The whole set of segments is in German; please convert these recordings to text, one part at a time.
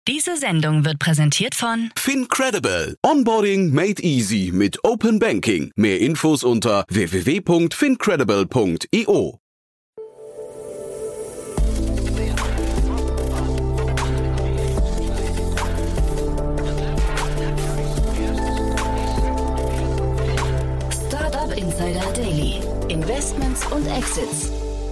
Diese Sendung wird präsentiert von FinCredible. Onboarding made easy mit Open Banking. Mehr Infos unter www.fincredible.io. Startup Insider Daily. Investments und Exits.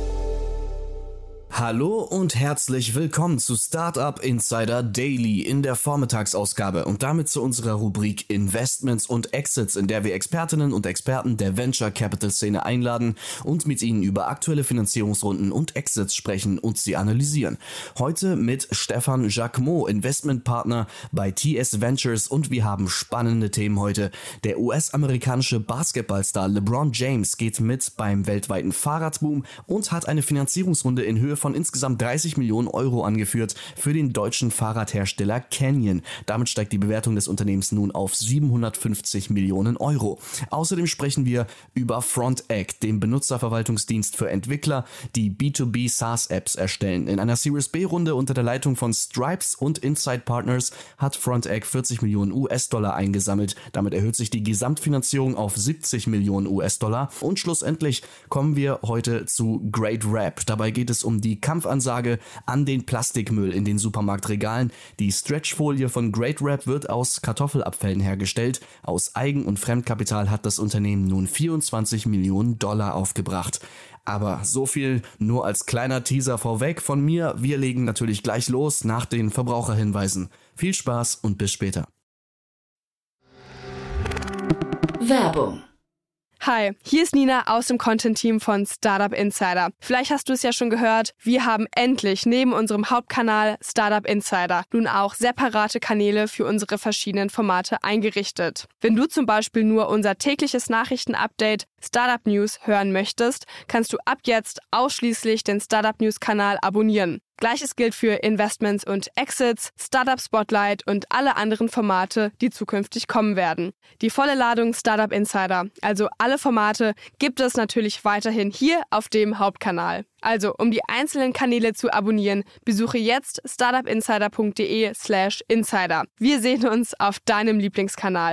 Hallo und herzlich willkommen zu Startup Insider Daily in der Vormittagsausgabe und damit zu unserer Rubrik Investments und Exits, in der wir Expertinnen und Experten der Venture Capital Szene einladen und mit ihnen über aktuelle Finanzierungsrunden und Exits sprechen und sie analysieren. Heute mit Stefan Jacquemot, Investmentpartner bei TS Ventures, und wir haben spannende Themen heute. Der US-amerikanische Basketballstar LeBron James geht mit beim weltweiten Fahrradboom und hat eine Finanzierungsrunde in Höhe von insgesamt 30 Millionen Euro angeführt für den deutschen Fahrradhersteller Canyon. Damit steigt die Bewertung des Unternehmens nun auf 750 Millionen Euro. Außerdem sprechen wir über FrontEgg, dem Benutzerverwaltungsdienst für Entwickler, die B2B SaaS-Apps erstellen. In einer Series B-Runde unter der Leitung von Stripes und Insight Partners hat FrontEgg 40 Millionen US-Dollar eingesammelt. Damit erhöht sich die Gesamtfinanzierung auf 70 Millionen US-Dollar. Und schlussendlich kommen wir heute zu Great Wrap. Dabei geht es um die Kampfansage an den Plastikmüll in den Supermarktregalen. Die Stretchfolie von Great Wrap wird aus Kartoffelabfällen hergestellt. Aus Eigen- und Fremdkapital hat das Unternehmen nun 24 Millionen Dollar aufgebracht. Aber so viel nur als kleiner Teaser vorweg von mir. Wir legen natürlich gleich los nach den Verbraucherhinweisen. Viel Spaß und bis später. Werbung. Hi, hier ist Nina aus dem Content-Team von Startup Insider. Vielleicht hast du es ja schon gehört, wir haben endlich neben unserem Hauptkanal Startup Insider nun auch separate Kanäle für unsere verschiedenen Formate eingerichtet. Wenn du zum Beispiel nur unser tägliches Nachrichtenupdate Startup News hören möchtest, kannst du ab jetzt ausschließlich den Startup News Kanal abonnieren. Gleiches gilt für Investments und Exits, Startup Spotlight und alle anderen Formate, die zukünftig kommen werden. Die volle Ladung Startup Insider, also alle Formate, gibt es natürlich weiterhin hier auf dem Hauptkanal. Also, um die einzelnen Kanäle zu abonnieren, besuche jetzt startupinsider.de/insider. Wir sehen uns auf deinem Lieblingskanal.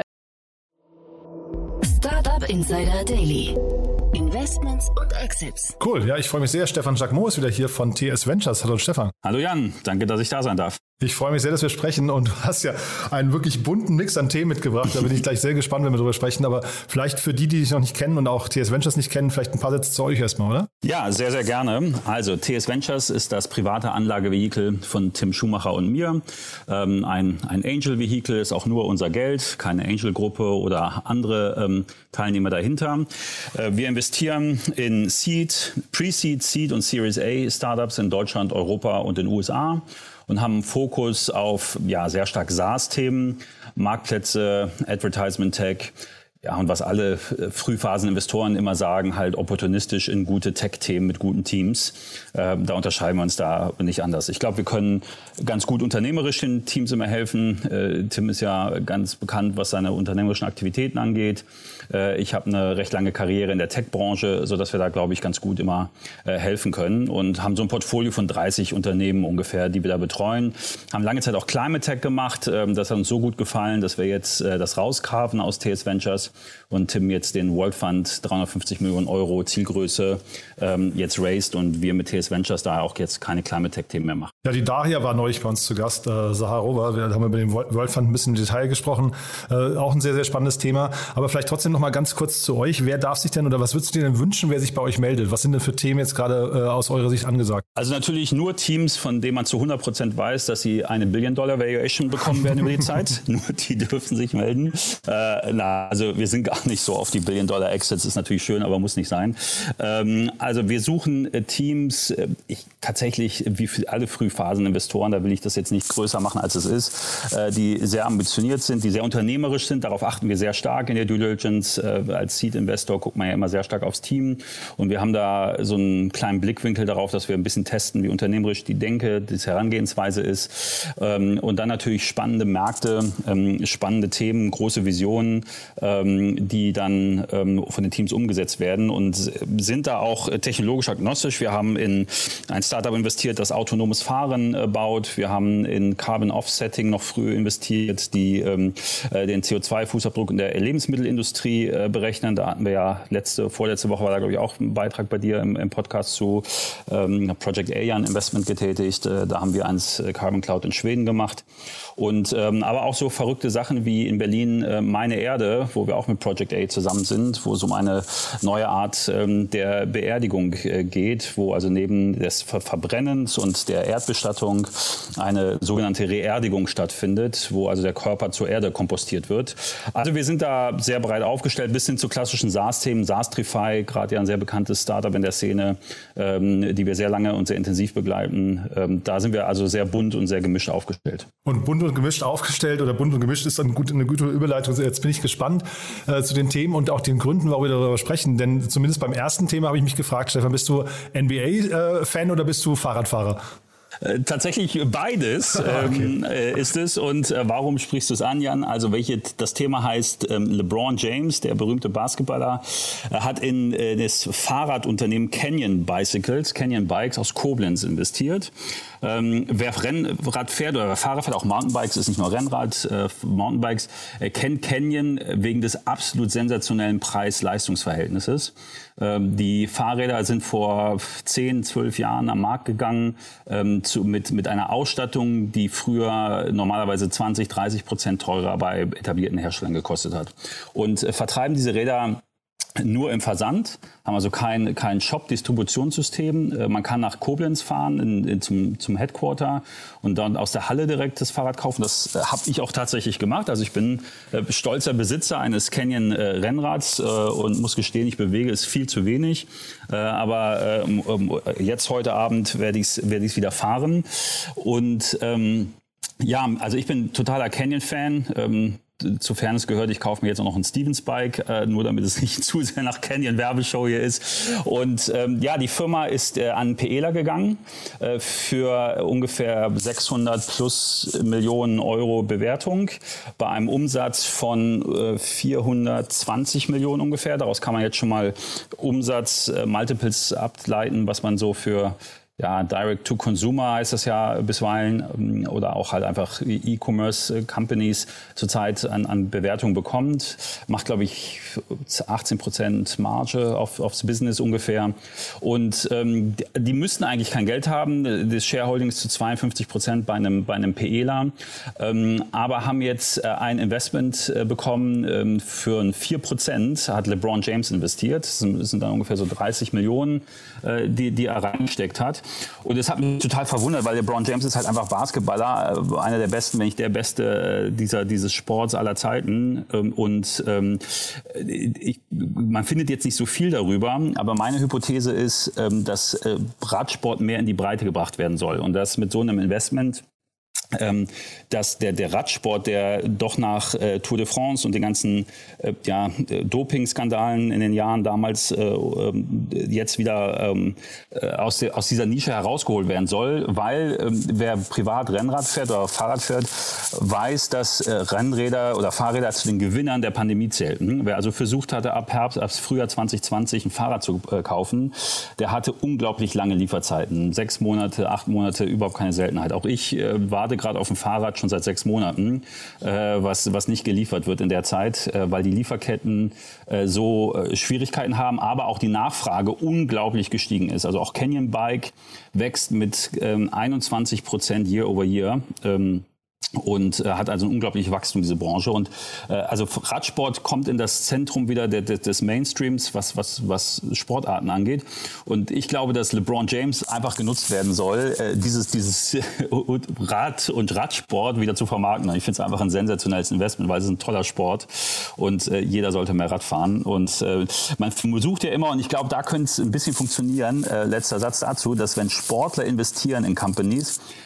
Startup Insider Daily. Investments und Exits. Cool, ja, ich freue mich sehr. Stefan Jacquemot ist wieder hier von TS Ventures. Hallo Stefan. Hallo Jan, danke, dass ich da sein darf. Ich freue mich sehr, dass wir sprechen, und du hast ja einen wirklich bunten Mix an Themen mitgebracht. Da bin ich gleich sehr gespannt, wenn wir darüber sprechen. Aber vielleicht für die dich noch nicht kennen und auch TS Ventures nicht kennen, vielleicht ein paar Sätze zu euch erstmal, oder? Ja, sehr, sehr gerne. Also TS Ventures ist das private Anlagevehikel von Tim Schumacher und mir. Ein Angel-Vehikel ist auch nur unser Geld, keine Angel-Gruppe oder andere Teilnehmer dahinter. Wir investieren in Seed, Pre-Seed, Seed und Series A Startups in Deutschland, Europa und den USA. Und haben einen Fokus auf sehr stark SaaS-Themen, Marktplätze, Advertisement Tech. Ja, und was alle Frühphasen-Investoren immer sagen, halt opportunistisch in gute Tech-Themen mit guten Teams. Da unterscheiden wir uns da nicht anders. Ich glaube, wir können ganz gut unternehmerisch den Teams immer helfen. Tim ist ja ganz bekannt, was seine unternehmerischen Aktivitäten angeht. Ich habe eine recht lange Karriere in der Tech-Branche, sodass wir da, glaube ich, ganz gut immer helfen können. Und haben so ein Portfolio von 30 Unternehmen ungefähr, die wir da betreuen. Haben lange Zeit auch Climate Tech gemacht. Das hat uns so gut gefallen, dass wir jetzt das rauskarven aus TS Ventures und Tim jetzt den World Fund 350 Millionen Euro Zielgröße jetzt raised und wir mit TS Ventures da auch jetzt keine Climate Tech Themen mehr machen. Ja, die Daria war neulich bei uns zu Gast, Saharova. Wir haben über den World Fund ein bisschen im Detail gesprochen. Auch ein sehr, sehr spannendes Thema. Aber vielleicht trotzdem noch mal ganz kurz zu euch. Wer darf sich denn oder was würdest du dir denn wünschen, wer sich bei euch meldet? Was sind denn für Themen jetzt gerade aus eurer Sicht angesagt? Also natürlich nur Teams, von denen man zu 100% weiß, dass sie eine Billion-Dollar-Valuation bekommen werden über die Zeit. Nur die dürfen sich melden. Also wir sind gar nicht so auf die Billion-Dollar-Exits. Ist natürlich schön, aber muss nicht sein. Also wir suchen Teams, tatsächlich wie für alle Frühphasen-Investoren, da will ich das jetzt nicht größer machen, als es ist, die sehr ambitioniert sind, die sehr unternehmerisch sind. Darauf achten wir sehr stark in der Due Diligence. Als Seed-Investor guckt man ja immer sehr stark aufs Team. Und wir haben da so einen kleinen Blickwinkel darauf, dass wir ein bisschen testen, wie unternehmerisch die Denke, die Herangehensweise ist. Und dann natürlich spannende Märkte, spannende Themen, große Visionen, die dann von den Teams umgesetzt werden und sind da auch technologisch agnostisch. Wir haben in ein Startup investiert, das autonomes Fahren Verfahren baut. Wir haben in Carbon Offsetting noch früh investiert, die den CO2-Fußabdruck in der Lebensmittelindustrie berechnen. Da hatten wir ja vorletzte Woche war da, glaube ich, auch ein Beitrag bei dir im Podcast zu Project A, ein Investment getätigt. Da haben wir eins Carbon Cloud in Schweden gemacht. Und aber auch so verrückte Sachen wie in Berlin Meine Erde, wo wir auch mit Project A zusammen sind, wo es um eine neue Art der Beerdigung geht, wo also neben des Verbrennens und der Erdbestattung eine sogenannte Reerdigung stattfindet, wo also der Körper zur Erde kompostiert wird. Also wir sind da sehr breit aufgestellt, bis hin zu klassischen SaaS-Themen, SaaStrify, gerade ja ein sehr bekanntes Startup in der Szene, die wir sehr lange und sehr intensiv begleiten. Da sind wir also sehr bunt und sehr gemischt aufgestellt. Und bunt und gemischt aufgestellt oder bunt und gemischt ist dann eine gute Überleitung. Jetzt bin ich gespannt zu den Themen und auch den Gründen, warum wir darüber sprechen. Denn zumindest beim ersten Thema habe ich mich gefragt, Stefan, bist du NBA-Fan oder bist du Fahrradfahrer? Tatsächlich beides ist es. Und warum sprichst du es an, Jan? Also das Thema heißt LeBron James, der berühmte Basketballer, hat in das Fahrradunternehmen Canyon Bikes aus Koblenz investiert. Wer Rennrad fährt oder wer Fahrrad fährt, auch Mountainbikes, ist nicht nur Rennrad, Mountainbikes, kennt Canyon wegen des absolut sensationellen Preis-Leistungs-Verhältnisses. Die Fahrräder sind vor 10, 12 Jahren am Markt gegangen, mit einer Ausstattung, die früher normalerweise 20-30% teurer bei etablierten Herstellern gekostet hat. Und vertreiben diese Räder nur im Versand, haben also kein Shop-Distributionssystem. Man kann nach Koblenz fahren zum Headquarter und dann aus der Halle direkt das Fahrrad kaufen. Das habe ich auch tatsächlich gemacht. Also ich bin stolzer Besitzer eines Canyon Rennrads und muss gestehen, ich bewege es viel zu wenig. Aber jetzt heute Abend werde ich es wieder fahren. Und ja, also ich bin totaler Canyon-Fan. Zu Fairness gehört, ich kaufe mir jetzt auch noch ein Stevens-Bike, nur damit es nicht zu sehr nach Canyon-Werbeshow hier ist. Und ja, die Firma ist an PELA gegangen für ungefähr 600 plus Millionen Euro Bewertung bei einem Umsatz von 420 Millionen ungefähr. Daraus kann man jetzt schon mal Umsatz-Multiples ableiten, was man so für Direct-to-Consumer heißt das ja bisweilen, oder auch halt einfach E-Commerce-Companies zurzeit an Bewertung bekommt. Macht, glaube ich, 18% Marge aufs Business ungefähr. Und die müssten eigentlich kein Geld haben. Das Shareholding ist zu 52% bei einem PELA. Aber haben jetzt ein Investment bekommen für 4%, hat LeBron James investiert. Das sind dann ungefähr so 30 Millionen, die er reingesteckt hat. Und das hat mich total verwundert, weil LeBron James ist halt einfach Basketballer, einer der besten, wenn nicht der beste dieses Sports aller Zeiten. Und man findet jetzt nicht so viel darüber, aber meine Hypothese ist, dass Radsport mehr in die Breite gebracht werden soll. Und das mit so einem Investment, dass der Radsport, der doch nach Tour de France und den ganzen Doping-Skandalen in den Jahren damals jetzt wieder aus dieser Nische herausgeholt werden soll, weil wer privat Rennrad fährt oder Fahrrad fährt, weiß, dass Rennräder oder Fahrräder zu den Gewinnern der Pandemie zählten. Wer also versucht hatte, ab Frühjahr 2020 ein Fahrrad zu kaufen, der hatte unglaublich lange Lieferzeiten. 6 Monate, 8 Monate, überhaupt keine Seltenheit. Auch ich warte gerade auf dem Fahrrad schon seit 6 Monaten, was nicht geliefert wird in der Zeit, weil die Lieferketten so Schwierigkeiten haben, aber auch die Nachfrage unglaublich gestiegen ist. Also auch Canyon Bike wächst mit 21% year over year. Und hat also ein unglaubliches Wachstum, diese Branche. Und also Radsport kommt in das Zentrum wieder des Mainstreams, was Sportarten angeht. Und ich glaube, dass LeBron James einfach genutzt werden soll, dieses Rad und Radsport wieder zu vermarkten. Ich finde es einfach ein sensationelles Investment, weil es ist ein toller Sport und jeder sollte mehr Rad fahren. Und man sucht ja immer, und ich glaube, da könnte es ein bisschen funktionieren, letzter Satz dazu, dass wenn Sportler investieren in Companies,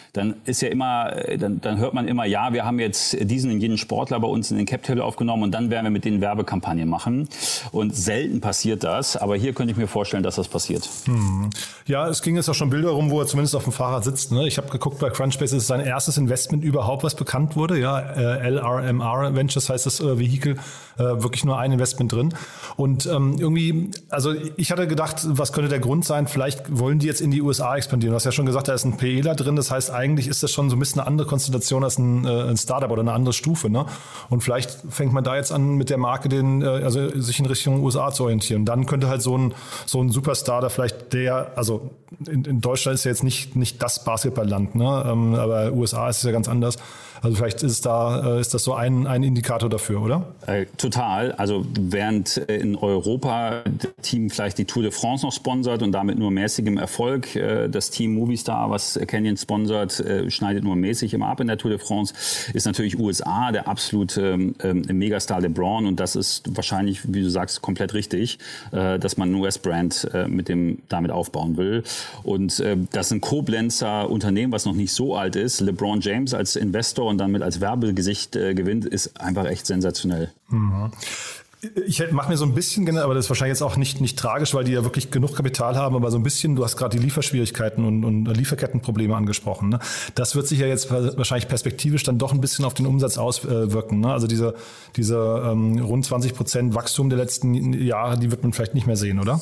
dann ist ja immer, dann hört man immer, ja, wir haben jetzt diesen und jenen Sportler bei uns in den Cap-Table aufgenommen und dann werden wir mit denen Werbekampagnen machen. Und selten passiert das, aber hier könnte ich mir vorstellen, dass das passiert. Ja, es ging jetzt auch schon Bilder rum, wo er zumindest auf dem Fahrrad sitzt. Ne? Ich habe geguckt, bei Crunchbase ist sein erstes Investment überhaupt, was bekannt wurde. Ja, LRMR Ventures heißt das Vehikel. Wirklich nur ein Investment drin. Und irgendwie, also ich hatte gedacht, was könnte der Grund sein? Vielleicht wollen die jetzt in die USA expandieren. Du hast ja schon gesagt, da ist ein PEler drin. Das heißt, eigentlich ist das schon so ein bisschen eine andere Konstellation als ein Startup oder eine andere Stufe. Ne? Und vielleicht fängt man da jetzt an, mit der Marke also sich in Richtung USA zu orientieren. Dann könnte halt so ein Superstar da vielleicht also in Deutschland ist ja jetzt nicht das Basketballland, ne? Aber USA ist es ja ganz anders. Also vielleicht ist das so ein Indikator dafür, oder? Total. Also während in Europa das Team vielleicht die Tour de France noch sponsert und damit nur mäßigem Erfolg, das Team Movistar, was Canyon sponsert, schneidet nur mäßig immer ab in der Tour de France, ist natürlich USA der absolute Megastar LeBron und das ist wahrscheinlich, wie du sagst, komplett richtig, dass man ein US-Brand damit aufbauen will. Und das ist ein Koblenzer Unternehmen, was noch nicht so alt ist. LeBron James als Investor und dann mit als Werbegesicht gewinnt, ist einfach echt sensationell. Mhm. Ich mache mir so ein bisschen, aber das ist wahrscheinlich jetzt auch nicht tragisch, weil die ja wirklich genug Kapital haben, aber so ein bisschen, du hast gerade die Lieferschwierigkeiten und Lieferkettenprobleme angesprochen. Ne? Das wird sich ja jetzt wahrscheinlich perspektivisch dann doch ein bisschen auf den Umsatz auswirken. Ne? Also diese rund 20% Wachstum der letzten Jahre, die wird man vielleicht nicht mehr sehen, oder?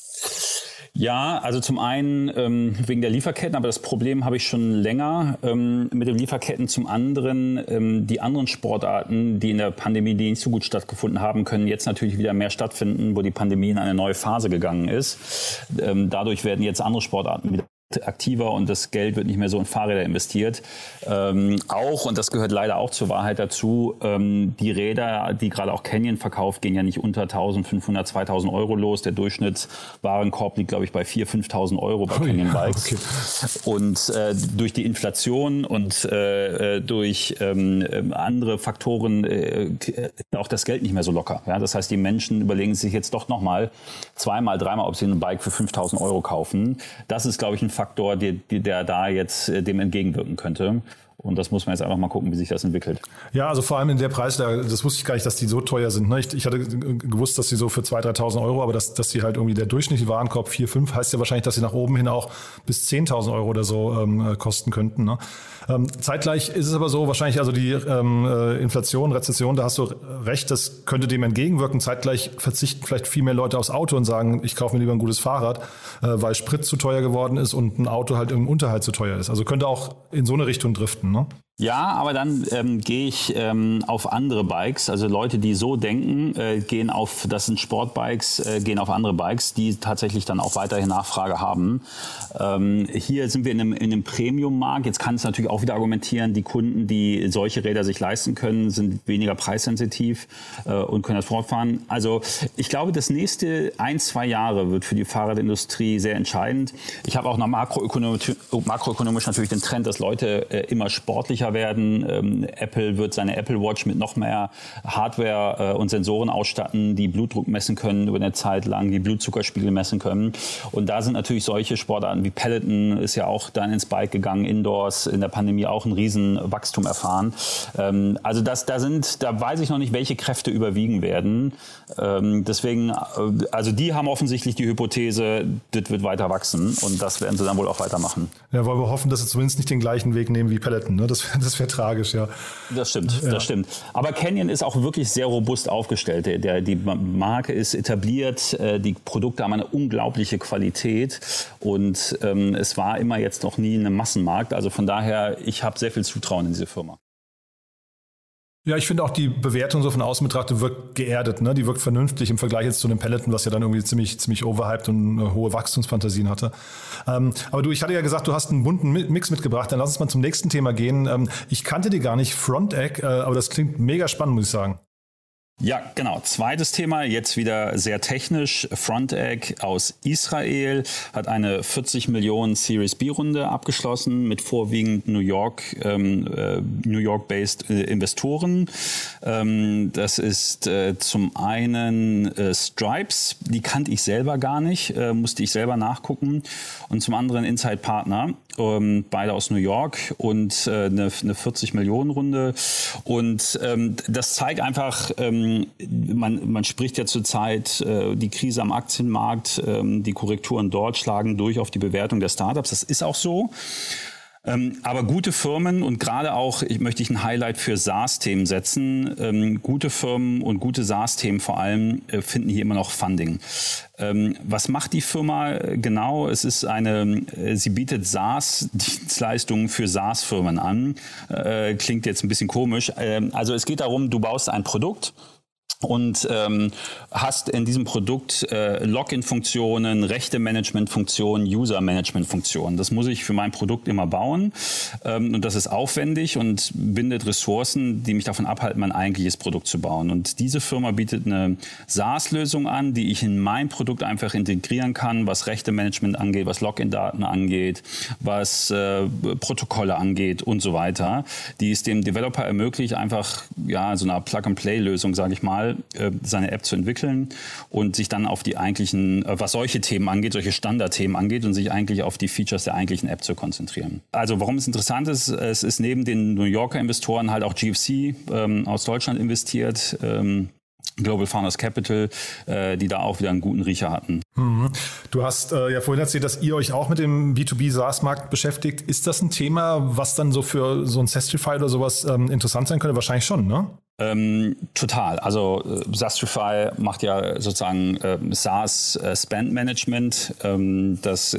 Ja, also zum einen wegen der Lieferketten, aber das Problem habe ich schon länger mit den Lieferketten. Zum anderen die anderen Sportarten, die in der Pandemie die nicht so gut stattgefunden haben, können jetzt natürlich wieder mehr stattfinden, wo die Pandemie in eine neue Phase gegangen ist. Dadurch werden jetzt andere Sportarten wieder aktiver und das Geld wird nicht mehr so in Fahrräder investiert. Auch, und das gehört leider auch zur Wahrheit dazu, die Räder, die gerade auch Canyon verkauft, gehen ja nicht unter 1.500, 2.000 Euro los. Der Durchschnittswarenkorb liegt, glaube ich, bei 4.000, 5.000 Euro bei Canyon Bikes. Okay. Und durch die Inflation und durch andere Faktoren auch das Geld nicht mehr so locker. Ja? Das heißt, die Menschen überlegen sich jetzt doch nochmal zweimal, dreimal, ob sie ein Bike für 5.000 Euro kaufen. Das ist, glaube ich, ein Faktor, der da jetzt dem entgegenwirken könnte. Und das muss man jetzt einfach mal gucken, wie sich das entwickelt. Ja, also vor allem in der Preislage, das wusste ich gar nicht, dass die so teuer sind. Ne? Ich hatte gewusst, dass die so für 2.000, 3.000 Euro, aber dass die halt irgendwie der durchschnittliche Warenkorb 4.000, 5.000, heißt ja wahrscheinlich, dass sie nach oben hin auch bis 10.000 Euro oder so kosten könnten. Ne? Zeitgleich ist es aber so, wahrscheinlich also die Inflation, Rezession, da hast du recht, das könnte dem entgegenwirken. Zeitgleich verzichten vielleicht viel mehr Leute aufs Auto und sagen, ich kaufe mir lieber ein gutes Fahrrad, weil Sprit zu teuer geworden ist und ein Auto halt im Unterhalt zu teuer ist. Also könnte auch in so eine Richtung driften, ne? Ja, aber dann gehe ich auf andere Bikes. Also Leute, die so denken, das sind Sportbikes, gehen auf andere Bikes, die tatsächlich dann auch weiterhin Nachfrage haben. Hier sind wir in einem Premium-Markt. Jetzt kann es natürlich auch wieder argumentieren, die Kunden, die solche Räder sich leisten können, sind weniger preissensitiv und können das fortfahren. Also ich glaube, das nächste 1-2 Jahre wird für die Fahrradindustrie sehr entscheidend. Ich habe auch noch makroökonomisch natürlich den Trend, dass Leute immer sportlicher werden. Apple wird seine Apple Watch mit noch mehr Hardware und Sensoren ausstatten, die Blutdruck messen können über eine Zeit lang, die Blutzuckerspiegel messen können. Und da sind natürlich solche Sportarten wie Peloton, ist ja auch dann ins Bike gegangen, Indoors, in der Pandemie auch ein Riesenwachstum erfahren. Also da weiß ich noch nicht, welche Kräfte überwiegen werden. Deswegen, also die haben offensichtlich die Hypothese, das wird weiter wachsen und das werden sie dann wohl auch weitermachen. Ja, weil wir hoffen, dass sie zumindest nicht den gleichen Weg nehmen wie Peloton, ne? Das wäre tragisch, ja. Das stimmt, ja. Das stimmt. Aber Canyon ist auch wirklich sehr robust aufgestellt. Die Marke ist etabliert, die Produkte haben eine unglaubliche Qualität und es war immer jetzt noch nie ein Massenmarkt. Also von daher, ich habe sehr viel Zutrauen in diese Firma. Ja, ich finde auch die Bewertung so von außen betrachtet wirkt geerdet, ne? Die wirkt vernünftig im Vergleich jetzt zu einem Peloton, was ja dann irgendwie ziemlich overhyped und hohe Wachstumsfantasien hatte. Aber ich hatte ja gesagt, du hast einen bunten Mix mitgebracht, dann lass uns mal zum nächsten Thema gehen. Ich kannte die gar nicht, Frontec, aber das klingt mega spannend, muss ich sagen. Ja, genau. Zweites Thema, jetzt wieder sehr technisch. Frontegg aus Israel hat eine 40 Millionen Series B-Runde abgeschlossen mit vorwiegend New York-based Investoren. Das ist zum einen Stripes, die kannte ich selber gar nicht, musste ich selber nachgucken. Und zum anderen Inside Partner, beide aus New York und eine 40 Millionen Runde. Und das zeigt einfach, man spricht ja zurzeit die Krise am Aktienmarkt, die Korrekturen dort schlagen durch auf die Bewertung der Startups. Das ist auch so. Aber gute Firmen und gerade auch, möchte ich ein Highlight für SaaS-Themen setzen, gute Firmen und gute SaaS-Themen vor allem finden hier immer noch Funding. Was macht die Firma genau? Sie bietet SaaS-Dienstleistungen für SaaS-Firmen an. Klingt jetzt ein bisschen komisch. Also es geht darum, du baust ein Produkt und hast in diesem Produkt Login-Funktionen, Rechte-Management-Funktionen, User-Management-Funktionen. Das muss ich für mein Produkt immer bauen und das ist aufwendig und bindet Ressourcen, die mich davon abhalten, mein eigentliches Produkt zu bauen. Und diese Firma bietet eine SaaS-Lösung an, die ich in mein Produkt einfach integrieren kann, was Rechte-Management angeht, was Login-Daten angeht, was Protokolle angeht und so weiter, die es dem Developer ermöglicht, einfach so eine Plug-and-Play-Lösung, sage ich mal, seine App zu entwickeln und sich dann auf die eigentlichen, was solche Themen angeht, solche Standardthemen angeht und sich eigentlich auf die Features der eigentlichen App zu konzentrieren. Also warum es interessant ist, es ist neben den New Yorker Investoren halt auch GFC aus Deutschland investiert, Global Founders Capital, die da auch wieder einen guten Riecher hatten. Du hast ja vorhin erzählt, dass ihr euch auch mit dem B2B SaaS-Markt beschäftigt. Ist das ein Thema, was dann so für so ein Sastrify oder sowas interessant sein könnte? Wahrscheinlich schon, ne? Total. Also Sastrify macht ja sozusagen SaaS Spend Management. Das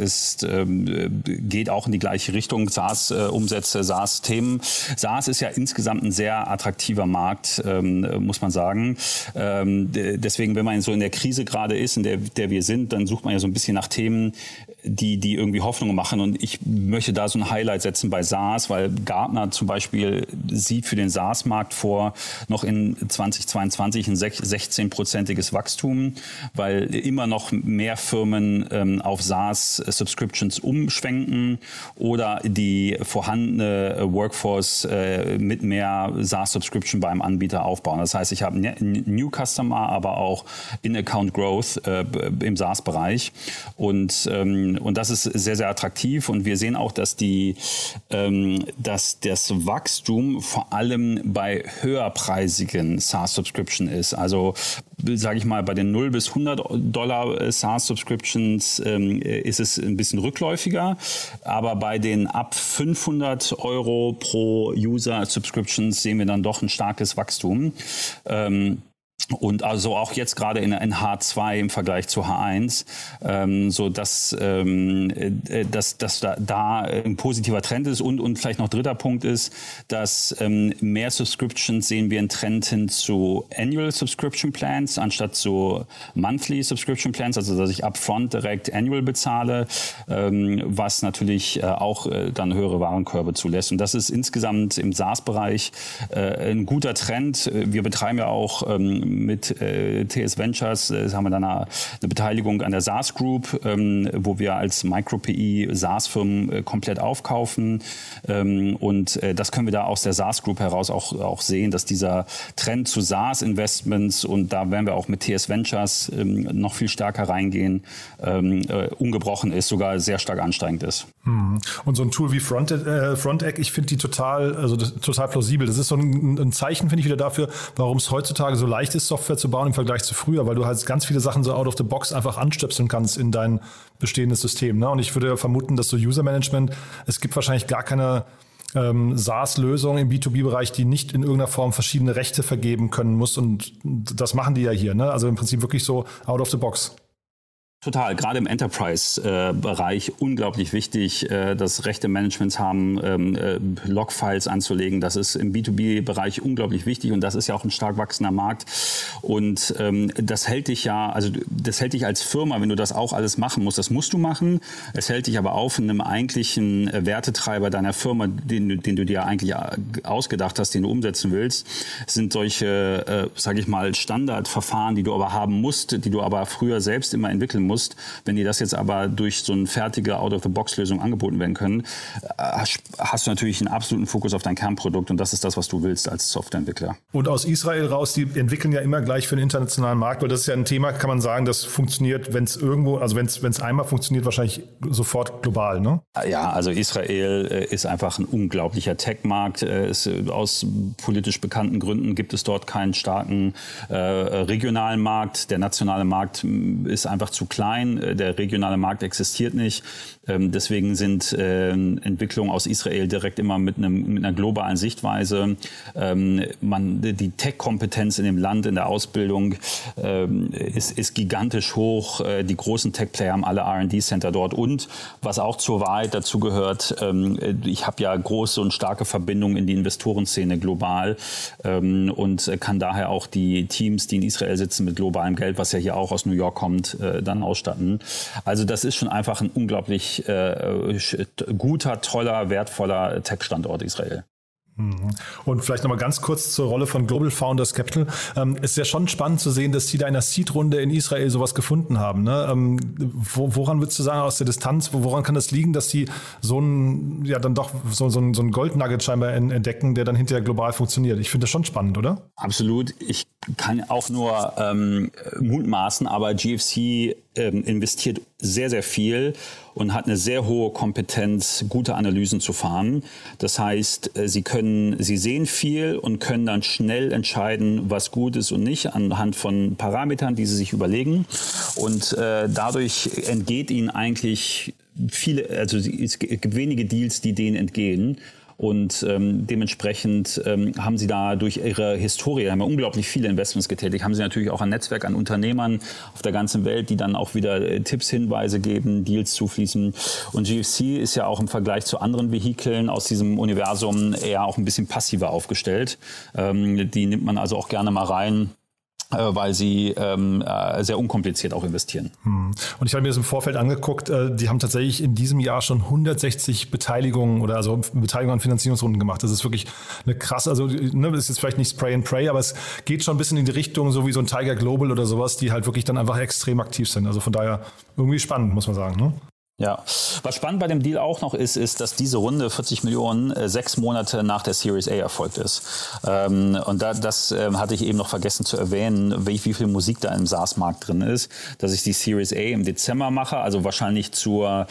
geht auch in die gleiche Richtung. SaaS-Umsätze, SaaS-Themen. SaaS ist ja insgesamt ein sehr attraktiver Markt, muss man sagen. Deswegen, wenn man so in der Krise gerade ist, in der wir sind, dann sucht man ja so ein bisschen nach Themen, die irgendwie Hoffnung machen. Und ich möchte da so ein Highlight setzen bei SaaS, weil Gartner zum Beispiel sieht für den SaaS-Markt vor, noch in 2022 ein 16%iges Wachstum, weil immer noch mehr Firmen auf SaaS-Subscriptions umschwenken oder die vorhandene Workforce mit mehr SaaS-Subscription beim Anbieter aufbauen. Das heißt, ich habe New Customer, aber auch In-Account Growth im SaaS-Bereich und das ist sehr, sehr attraktiv und wir sehen auch, dass das Wachstum vor allem bei höherpreisigen SaaS-Subscription ist. Also sage ich mal, bei den $0 bis $100 SaaS-Subscriptions ist es ein bisschen rückläufiger, aber bei den ab €500 pro User-Subscriptions sehen wir dann doch ein starkes Wachstum. Und also auch jetzt gerade in H2 im Vergleich zu H1, so dass da ein positiver Trend ist und vielleicht noch dritter Punkt ist, dass mehr Subscriptions sehen wir einen Trend hin zu Annual Subscription Plans anstatt zu Monthly Subscription Plans, also dass ich upfront direkt Annual bezahle, was natürlich auch dann höhere Warenkörbe zulässt. Und das ist insgesamt im SaaS-Bereich ein guter Trend. Wir betreiben ja auch mit TS Ventures haben wir dann eine Beteiligung an der SaaS Group, wo wir als Micro-PI SaaS-Firmen komplett aufkaufen. Und das können wir da aus der SaaS Group heraus auch sehen, dass dieser Trend zu SaaS-Investments, und da werden wir auch mit TS Ventures noch viel stärker reingehen, ungebrochen ist, sogar sehr stark ansteigend ist. Und so ein Tool wie Frontegg, ich finde die total plausibel. Das ist so ein Zeichen, finde ich, wieder dafür, warum es heutzutage so leicht ist, Software zu bauen im Vergleich zu früher, weil du halt ganz viele Sachen so out of the box einfach anstöpseln kannst in dein bestehendes System. Ne? Und ich würde vermuten, dass so User-Management, es gibt wahrscheinlich gar keine SaaS-Lösung im B2B-Bereich, die nicht in irgendeiner Form verschiedene Rechte vergeben können muss. Und das machen die ja hier. Ne? Also im Prinzip wirklich so out of the box. Total, gerade im Enterprise-Bereich unglaublich wichtig, dass Rechte Managements haben, Logfiles anzulegen. Das ist im B2B-Bereich unglaublich wichtig und das ist ja auch ein stark wachsender Markt. Und das hält dich als Firma, wenn du das auch alles machen musst, das musst du machen. Es hält dich aber auf in einem eigentlichen Wertetreiber deiner Firma, den du dir eigentlich ausgedacht hast, den du umsetzen willst. Es sind solche, sage ich mal, Standardverfahren, die du aber haben musst, die du aber früher selbst immer entwickeln musst. Wenn dir das jetzt aber durch so eine fertige Out-of-the-Box-Lösung angeboten werden können, hast du natürlich einen absoluten Fokus auf dein Kernprodukt und das ist das, was du willst als Softwareentwickler. Und aus Israel raus, die entwickeln ja immer gleich für den internationalen Markt, weil das ist ja ein Thema, kann man sagen, das funktioniert, wenn es irgendwo, also wenn es einmal funktioniert, wahrscheinlich sofort global, ne? Ja, also Israel ist einfach ein unglaublicher Tech-Markt. Aus politisch bekannten Gründen gibt es dort keinen starken regionalen Markt. Der nationale Markt ist einfach zu klein. Der regionale Markt existiert nicht. Deswegen sind Entwicklungen aus Israel direkt immer mit einer globalen Sichtweise. Die Tech-Kompetenz in dem Land, in der Ausbildung ist gigantisch hoch. Die großen Tech-Player haben alle R&D-Center dort. Und was auch zur Wahrheit dazu gehört, ich habe ja große und starke Verbindungen in die Investorenszene global und kann daher auch die Teams, die in Israel sitzen mit globalem Geld, was ja hier auch aus New York kommt, dann ausstatten. Also das ist schon einfach ein unglaublich guter, toller, wertvoller Tech-Standort Israel. Und vielleicht nochmal ganz kurz zur Rolle von Global Founders Capital. Es ist ja schon spannend zu sehen, dass Sie da in der Seed-Runde in Israel sowas gefunden haben. Ne? Woran würdest du sagen aus der Distanz, woran kann das liegen, dass Sie so ein Goldnugget scheinbar entdecken, der dann hinterher global funktioniert? Ich finde das schon spannend, oder? Absolut. Ich kann auch nur mutmaßen, aber GFC investiert sehr, sehr viel und hat eine sehr hohe Kompetenz, gute Analysen zu fahren. Das heißt, sie sehen viel und können dann schnell entscheiden, was gut ist und nicht, anhand von Parametern, die sie sich überlegen. Und dadurch entgeht ihnen eigentlich es gibt wenige Deals, die denen entgehen. Und dementsprechend haben sie da durch ihre Historie, haben ja unglaublich viele Investments getätigt, haben sie natürlich auch ein Netzwerk an Unternehmern auf der ganzen Welt, die dann auch wieder Tipps, Hinweise geben, Deals zufließen. Und GFC ist ja auch im Vergleich zu anderen Vehikeln aus diesem Universum eher auch ein bisschen passiver aufgestellt. Die nimmt man also auch gerne mal rein, weil sie sehr unkompliziert auch investieren. Und ich habe mir das im Vorfeld angeguckt, die haben tatsächlich in diesem Jahr schon 160 Beteiligungen an Finanzierungsrunden gemacht. Das ist wirklich eine krasse, das ist jetzt vielleicht nicht Spray and Pray, aber es geht schon ein bisschen in die Richtung, so wie so ein Tiger Global oder sowas, die halt wirklich dann einfach extrem aktiv sind. Also von daher irgendwie spannend, muss man sagen, ne? Ja, was spannend bei dem Deal auch noch ist, dass diese Runde 40 Millionen 6 Monate nach der Series A erfolgt ist. Und das hatte ich eben noch vergessen zu erwähnen, wie viel Musik da im SaaS-Markt drin ist. Dass ich die Series A im Dezember mache, also wahrscheinlich zur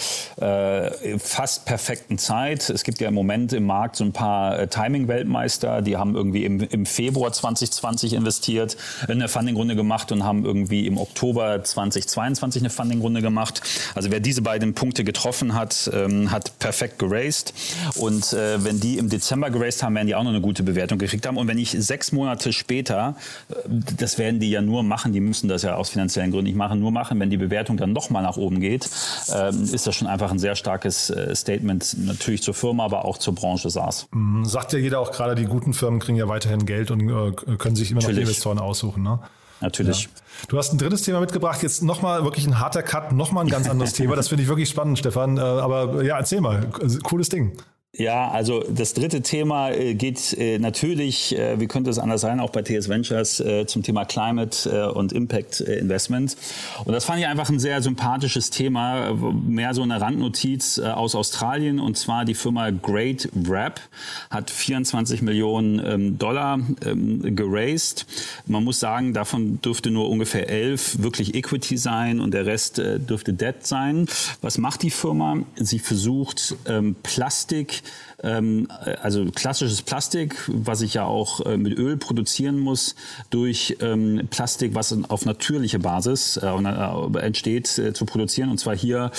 fast perfekten Zeit. Es gibt ja im Moment im Markt so ein paar Timing-Weltmeister, die haben irgendwie im Februar 2020 investiert, eine Funding-Runde gemacht und haben irgendwie im Oktober 2022 eine Funding-Runde gemacht. Also wer diese beiden Punkte getroffen hat, hat perfekt geraced. Und wenn die im Dezember geraced haben, werden die auch noch eine gute Bewertung gekriegt haben. Und wenn ich 6 Monate später, das werden die ja nur machen, die müssen das ja aus finanziellen Gründen nicht machen, wenn die Bewertung dann nochmal nach oben geht, ist das schon einfach ein sehr starkes Statement, natürlich zur Firma, aber auch zur Branche SaaS. Sagt ja jeder auch gerade, die guten Firmen kriegen ja weiterhin Geld und können sich immer noch Investoren aussuchen, ne? Natürlich. Ja. Du hast ein drittes Thema mitgebracht, jetzt nochmal wirklich ein harter Cut, nochmal ein ganz anderes Thema. Das finde ich wirklich spannend, Stefan. Aber ja, erzähl mal, cooles Ding. Ja, also das dritte Thema geht natürlich, wie könnte es anders sein, auch bei TS Ventures zum Thema Climate und Impact Investment. Und das fand ich einfach ein sehr sympathisches Thema, mehr so eine Randnotiz aus Australien. Und zwar die Firma Great Wrap hat 24 Millionen Dollar geraced. Man muss sagen, davon dürfte nur ungefähr 11 wirklich Equity sein und der Rest dürfte Debt sein. Was macht die Firma? Sie versucht Plastik, also klassisches Plastik, was ich ja auch mit Öl produzieren muss, durch Plastik, was auf natürliche Basis entsteht, zu produzieren. Und zwar hier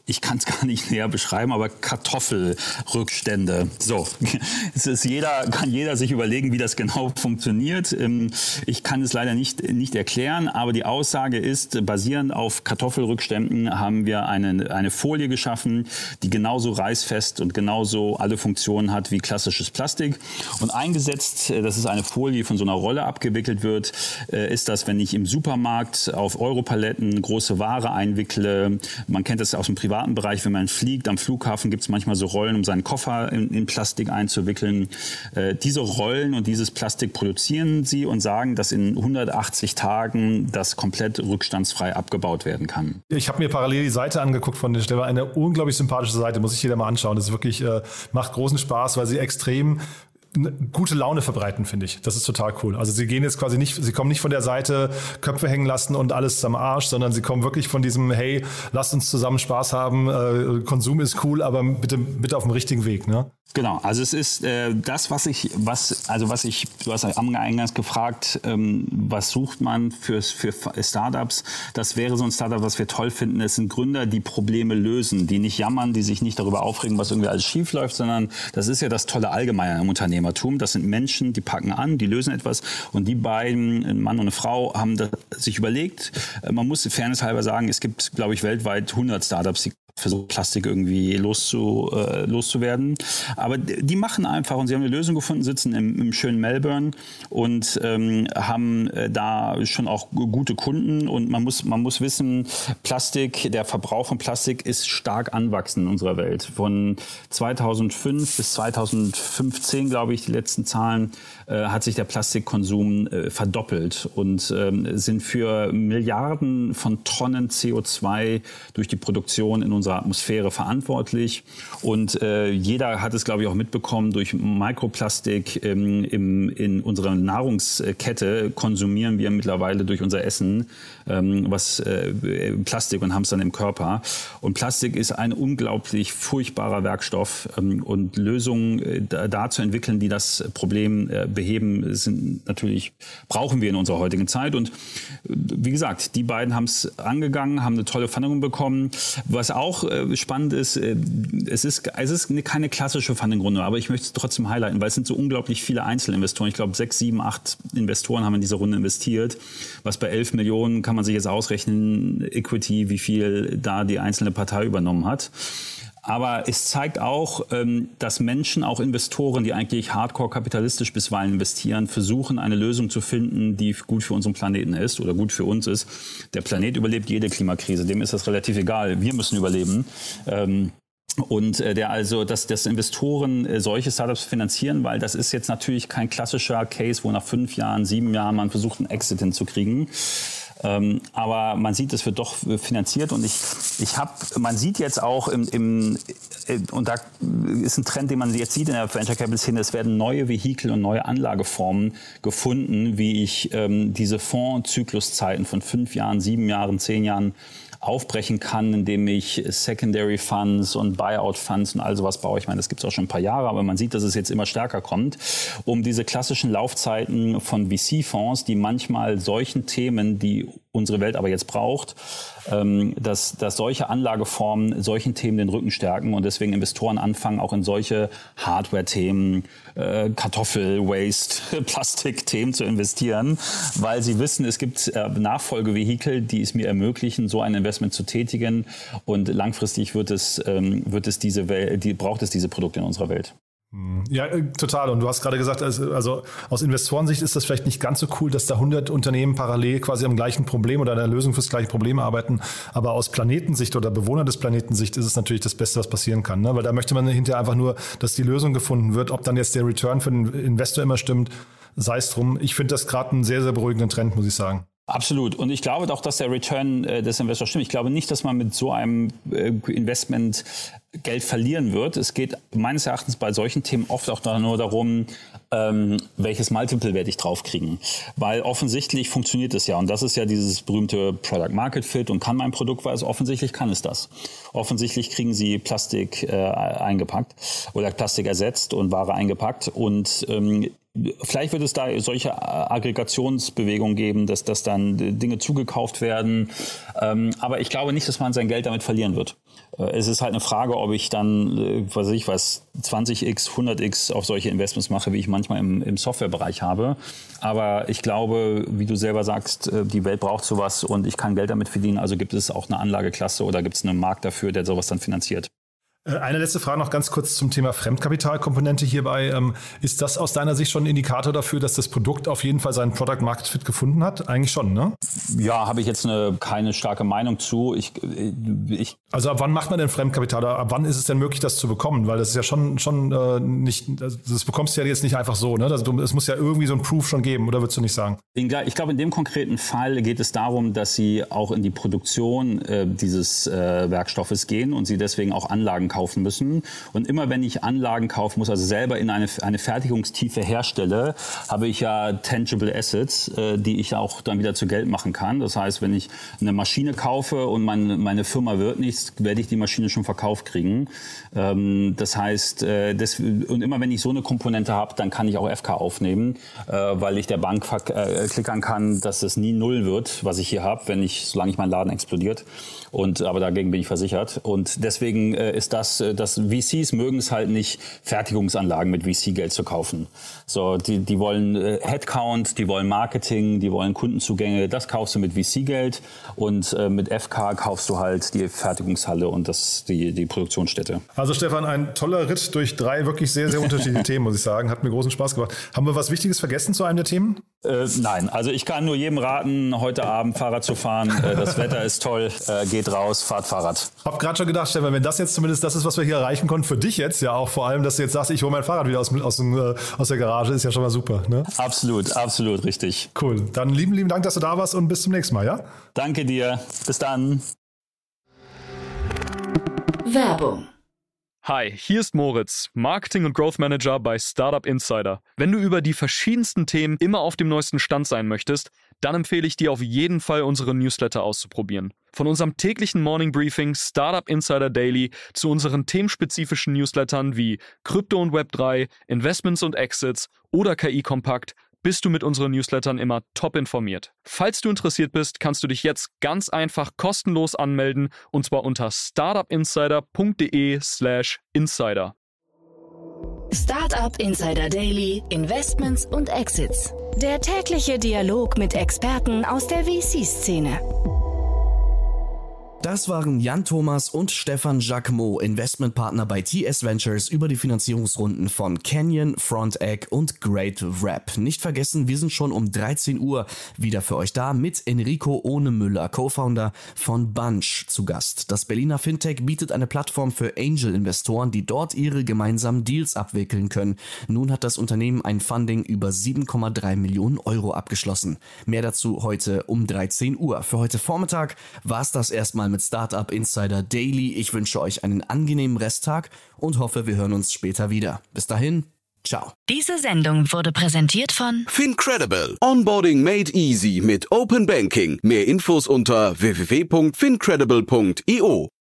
ich kann es gar nicht näher beschreiben, aber Kartoffelrückstände. So, kann jeder sich überlegen, wie das genau funktioniert. Ich kann es leider nicht erklären, aber die Aussage ist, basierend auf Kartoffelrückständen haben wir eine Folie geschaffen, die genauso reißfest und genauso alle Funktionen hat wie klassisches Plastik. Und eingesetzt, das ist eine Folie, die von so einer Rolle abgewickelt wird, ist das, wenn ich im Supermarkt auf Europaletten große Ware einwickle. Man kennt das aus dem privaten Bereich, wenn man fliegt. Am Flughafen gibt es manchmal so Rollen, um seinen Koffer in Plastik einzuwickeln. Diese Rollen und dieses Plastik produzieren sie und sagen, dass in 180 Tagen das komplett rückstandsfrei abgebaut werden kann. Ich habe mir parallel die Seite angeguckt von der Stelle. Eine unglaublich sympathische Seite, muss ich jeder mal anschauen. Das ist wirklich, macht großen Spaß, weil sie extrem gute Laune verbreiten, finde ich. Das ist total cool. Also sie gehen jetzt quasi nicht, sie kommen nicht von der Seite Köpfe hängen lassen und alles am Arsch, sondern sie kommen wirklich von diesem, hey, lasst uns zusammen Spaß haben, Konsum ist cool, aber bitte auf dem richtigen Weg, ne? Genau, also es ist das, du hast eingangs gefragt, was sucht man für Startups? Das wäre so ein Startup, was wir toll finden. Es sind Gründer, die Probleme lösen, die nicht jammern, die sich nicht darüber aufregen, was irgendwie alles schief läuft, sondern das ist ja das tolle Allgemeine im Unternehmertum. Das sind Menschen, die packen an, die lösen etwas und die beiden, ein Mann und eine Frau, haben sich überlegt, man muss fairnesshalber sagen, es gibt, glaube ich, weltweit 100 Startups, die versuchen, Plastik irgendwie loszuwerden. Aber die machen einfach und sie haben eine Lösung gefunden, sitzen im schönen Melbourne und haben da schon auch gute Kunden. Und man muss wissen, Plastik, der Verbrauch von Plastik ist stark anwachsend in unserer Welt. Von 2005 bis 2015, glaube ich, die letzten Zahlen, hat sich der Plastikkonsum verdoppelt und sind für Milliarden von Tonnen CO2 durch die Produktion in unserer Atmosphäre verantwortlich. Und jeder hat es, glaube ich, auch mitbekommen, durch Mikroplastik in unserer Nahrungskette konsumieren wir mittlerweile durch unser Essen Plastik und haben es dann im Körper. Und Plastik ist ein unglaublich furchtbarer Werkstoff und Lösungen da zu entwickeln, die das Problem beheben, brauchen wir in unserer heutigen Zeit. Und wie gesagt, die beiden haben es angegangen, haben eine tolle Funding bekommen. Was auch spannend ist, es ist keine klassische Funding-Runde, aber ich möchte es trotzdem highlighten, weil es sind so unglaublich viele Einzelinvestoren. Ich glaube, 6, 7, 8 Investoren haben in diese Runde investiert. Was bei 11 Millionen kann man sich jetzt ausrechnen, Equity, wie viel da die einzelne Partei übernommen hat. Aber es zeigt auch, dass Menschen, auch Investoren, die eigentlich hardcore kapitalistisch bisweilen investieren, versuchen, eine Lösung zu finden, die gut für unseren Planeten ist oder gut für uns ist. Der Planet überlebt jede Klimakrise, dem ist das relativ egal. Wir müssen überleben. Und dass Investoren solche Startups finanzieren, weil das ist jetzt natürlich kein klassischer Case, wo nach 5 Jahren, 7 Jahren man versucht, einen Exit hinzukriegen. Aber man sieht, es wird doch finanziert und man sieht jetzt auch und da ist ein Trend, den man jetzt sieht in der Venture Capital Szene, es werden neue Vehikel und neue Anlageformen gefunden, wie ich diese Fondszykluszeiten von 5 Jahren, 7 Jahren, 10 Jahren aufbrechen kann, indem ich Secondary Funds und Buyout Funds und all sowas baue. Ich meine, das gibt es auch schon ein paar Jahre, aber man sieht, dass es jetzt immer stärker kommt, um diese klassischen Laufzeiten von VC-Fonds, die manchmal solchen Themen, die unsere Welt aber jetzt braucht, dass solche Anlageformen solchen Themen den Rücken stärken und deswegen Investoren anfangen, auch in solche Hardware-Themen, Kartoffel-Waste, Plastik-Themen zu investieren, weil sie wissen, es gibt Nachfolgevehikel, die es mir ermöglichen, so ein Investment zu tätigen und langfristig braucht es diese Produkte in unserer Welt. Ja, total. Und du hast gerade gesagt, also aus Investorensicht ist das vielleicht nicht ganz so cool, dass da 100 Unternehmen parallel quasi am gleichen Problem oder an der Lösung fürs gleiche Problem arbeiten. Aber aus Planetensicht oder Bewohner des Planetensicht ist es natürlich das Beste, was passieren kann. Ne? Weil da möchte man hinterher einfach nur, dass die Lösung gefunden wird. Ob dann jetzt der Return für den Investor immer stimmt, sei es drum. Ich finde das gerade einen sehr, sehr beruhigenden Trend, muss ich sagen. Absolut. Und ich glaube auch, dass der Return des Investors stimmt. Ich glaube nicht, dass man mit so einem Investment Geld verlieren wird. Es geht meines Erachtens bei solchen Themen oft auch nur darum, welches Multiple werde ich draufkriegen. Weil offensichtlich funktioniert es ja. Und das ist ja dieses berühmte Product Market Fit. Und kann mein Produkt was? Offensichtlich kann es das. Offensichtlich kriegen sie Plastik eingepackt oder Plastik ersetzt und Ware eingepackt. Und Vielleicht wird es da solche Aggregationsbewegungen geben, dass dann Dinge zugekauft werden. Aber ich glaube nicht, dass man sein Geld damit verlieren wird. Es ist halt eine Frage, ob ich dann, 20x, 100x auf solche Investments mache, wie ich manchmal im Softwarebereich habe. Aber ich glaube, wie du selber sagst, die Welt braucht sowas und ich kann Geld damit verdienen. Also gibt es auch eine Anlageklasse oder gibt es einen Markt dafür, der sowas dann finanziert. Eine letzte Frage noch ganz kurz zum Thema Fremdkapitalkomponente hierbei. Ist das aus deiner Sicht schon ein Indikator dafür, dass das Produkt auf jeden Fall seinen Product Market Fit gefunden hat? Eigentlich schon, ne? Ja, habe ich jetzt keine starke Meinung zu. Also ab wann macht man denn Fremdkapital? Oder ab wann ist es denn möglich, das zu bekommen? Weil das ist ja schon nicht, das bekommst du ja jetzt nicht einfach so, ne? Es muss ja irgendwie so ein Proof schon geben, oder würdest du nicht sagen? Ich glaube, in dem konkreten Fall geht es darum, dass sie auch in die Produktion dieses Werkstoffes gehen und sie deswegen auch Anlagen kaufen müssen. Und immer wenn ich Anlagen kaufen muss, also selber in eine Fertigungstiefe herstelle, habe ich ja tangible Assets, die ich auch dann wieder zu Geld machen kann. Das heißt, wenn ich eine Maschine kaufe und meine Firma wird nichts, werde ich die Maschine schon verkauft kriegen. Das heißt, und immer wenn ich so eine Komponente habe, dann kann ich auch FK aufnehmen, weil ich der Bank klickern kann, dass es nie null wird, was ich hier habe, solange mein Laden explodiert. Aber dagegen bin ich versichert. Und deswegen ist das VCs mögen es halt nicht, Fertigungsanlagen mit VC-Geld zu kaufen. So, die wollen Headcount, die wollen Marketing, die wollen Kundenzugänge. Das kaufst du mit VC-Geld und mit FK kaufst du halt die Fertigungshalle und die Produktionsstätte. Also Stefan, ein toller Ritt durch 3 wirklich sehr, sehr unterschiedliche Themen, muss ich sagen. Hat mir großen Spaß gemacht. Haben wir was Wichtiges vergessen zu einem der Themen? Nein, also ich kann nur jedem raten, heute Abend Fahrrad zu fahren. Das Wetter ist toll, geht raus, fahrt Fahrrad. Hab gerade schon gedacht, Stefan, wenn das jetzt zumindest das ist, was wir hier erreichen konnten, für dich jetzt ja auch vor allem, dass du jetzt sagst, ich hole mein Fahrrad wieder aus der Garage, ist ja schon mal super. Ne? Absolut richtig. Cool, dann lieben Dank, dass du da warst und bis zum nächsten Mal, ja? Danke dir, bis dann. Werbung. Hi, hier ist Moritz, Marketing- und Growth Manager bei Startup Insider. Wenn du über die verschiedensten Themen immer auf dem neuesten Stand sein möchtest, dann empfehle ich dir auf jeden Fall, unsere Newsletter auszuprobieren. Von unserem täglichen Morning Briefing Startup Insider Daily zu unseren themenspezifischen Newslettern wie Krypto und Web3, Investments und Exits oder KI Kompakt, bist du mit unseren Newslettern immer top informiert. Falls du interessiert bist, kannst du dich jetzt ganz einfach kostenlos anmelden und zwar unter startupinsider.de/insider. Startup Insider Daily, Investments und Exits. Der tägliche Dialog mit Experten aus der VC-Szene. Das waren Jan Thomas und Stefan Jacquemot, Investmentpartner bei TS Ventures, über die Finanzierungsrunden von Canyon, Frontegg und Great Wrap. Nicht vergessen, wir sind schon um 13 Uhr wieder für euch da mit Enrico Ohnemüller, Co-Founder von Bunch, zu Gast. Das Berliner Fintech bietet eine Plattform für Angel-Investoren, die dort ihre gemeinsamen Deals abwickeln können. Nun hat das Unternehmen ein Funding über 7,3 Millionen Euro abgeschlossen. Mehr dazu heute um 13 Uhr. Für heute Vormittag war es das erstmal mit Startup Insider Daily. Ich wünsche euch einen angenehmen Resttag und hoffe, wir hören uns später wieder. Bis dahin, ciao. Diese Sendung wurde präsentiert von Fincredible. Onboarding made easy mit Open Banking. Mehr Infos unter www.fincredible.io.